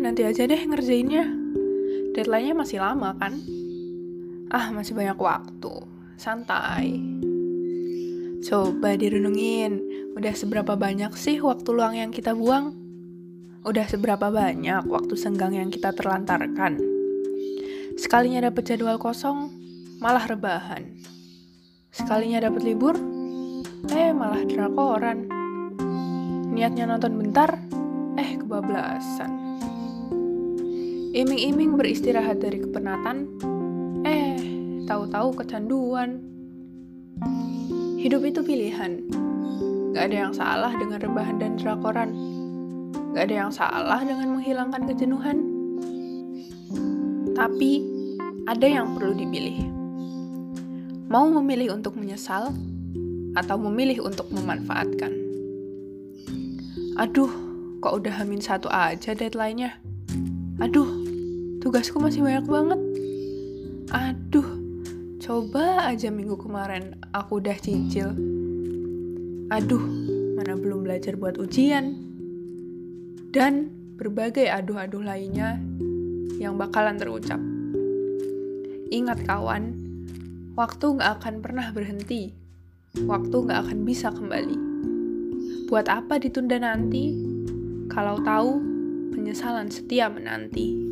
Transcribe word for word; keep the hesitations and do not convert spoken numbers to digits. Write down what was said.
nanti aja deh ngerjainnya. Deadline-nya masih lama kan? Ah, masih banyak waktu. Santai. Coba direnungin, udah seberapa banyak sih waktu luang yang kita buang? Udah seberapa banyak waktu senggang yang kita terlantarkan? Sekalinya dapet jadwal kosong, malah rebahan. Sekalinya dapet libur, eh malah drakoran. Niatnya nonton bentar, eh kebablasan. Iming-iming beristirahat dari kepenatan, eh tahu-tahu kecanduan. Hidup itu pilihan. Gak ada yang salah dengan rebahan dan drakoran. Gak ada yang salah dengan menghilangkan kejenuhan. Tapi ada yang perlu dipilih. Mau memilih untuk menyesal atau memilih untuk memanfaatkan. Aduh, kok udah hamin satu aja deadline-nya. Aduh, tugasku masih banyak banget. Aduh, coba aja minggu kemarin aku udah cicil. Aduh, mana belum belajar buat ujian. Dan berbagai aduh-aduh lainnya yang bakalan terucap. Ingat kawan, waktu gak akan pernah berhenti. Waktu gak akan bisa kembali. Buat apa ditunda nanti? Kalau tahu, penyesalan setia menanti.